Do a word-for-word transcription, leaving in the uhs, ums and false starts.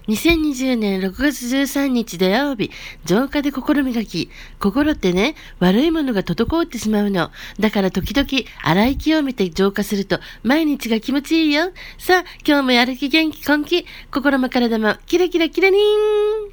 にせんにじゅうねんろくがつじゅうさんにち土曜日、浄化で心磨き。心ってね、悪いものが滞ってしまうの。だから時々洗い清めて浄化すると毎日が気持ちいいよ。さあ、今日もやる気元気根気。心も体もキラキラキラリン。